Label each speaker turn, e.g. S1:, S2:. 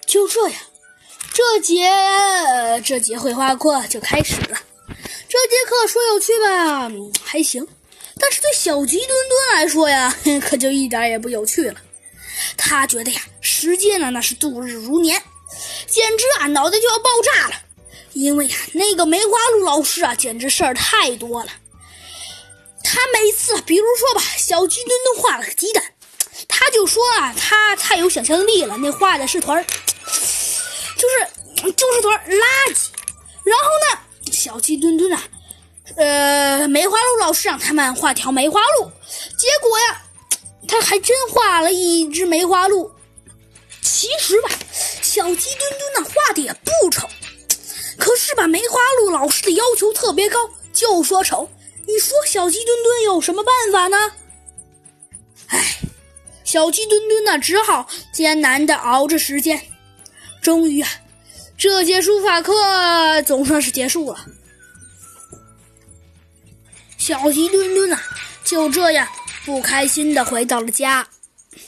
S1: 就这样，这节绘画课就开始了。这节课说有趣吧，还行，但是对小鸡墩墩来说呀，可就一点也不有趣了。他觉得呀，时间呢那是度日如年，简直脑袋就要爆炸了。因为呀，那个梅花鹿老师简直事儿太多了。他每次，比如说吧，小鸡墩墩画了个鸡蛋，他就说他太有想象力了，那画的是团就是团垃圾。然后呢，小鸡墩墩梅花鹿老师让他们画条梅花鹿，结果呀，他还真画了一只梅花鹿。其实吧，小鸡墩墩画的也不丑，可是吧，梅花鹿老师的要求特别高，就说丑。你说小鸡墩墩有什么办法呢？小鸡墩墩只好艰难地熬着时间。终于这节书法课总算是结束了。小鸡墩墩就这样不开心地回到了家。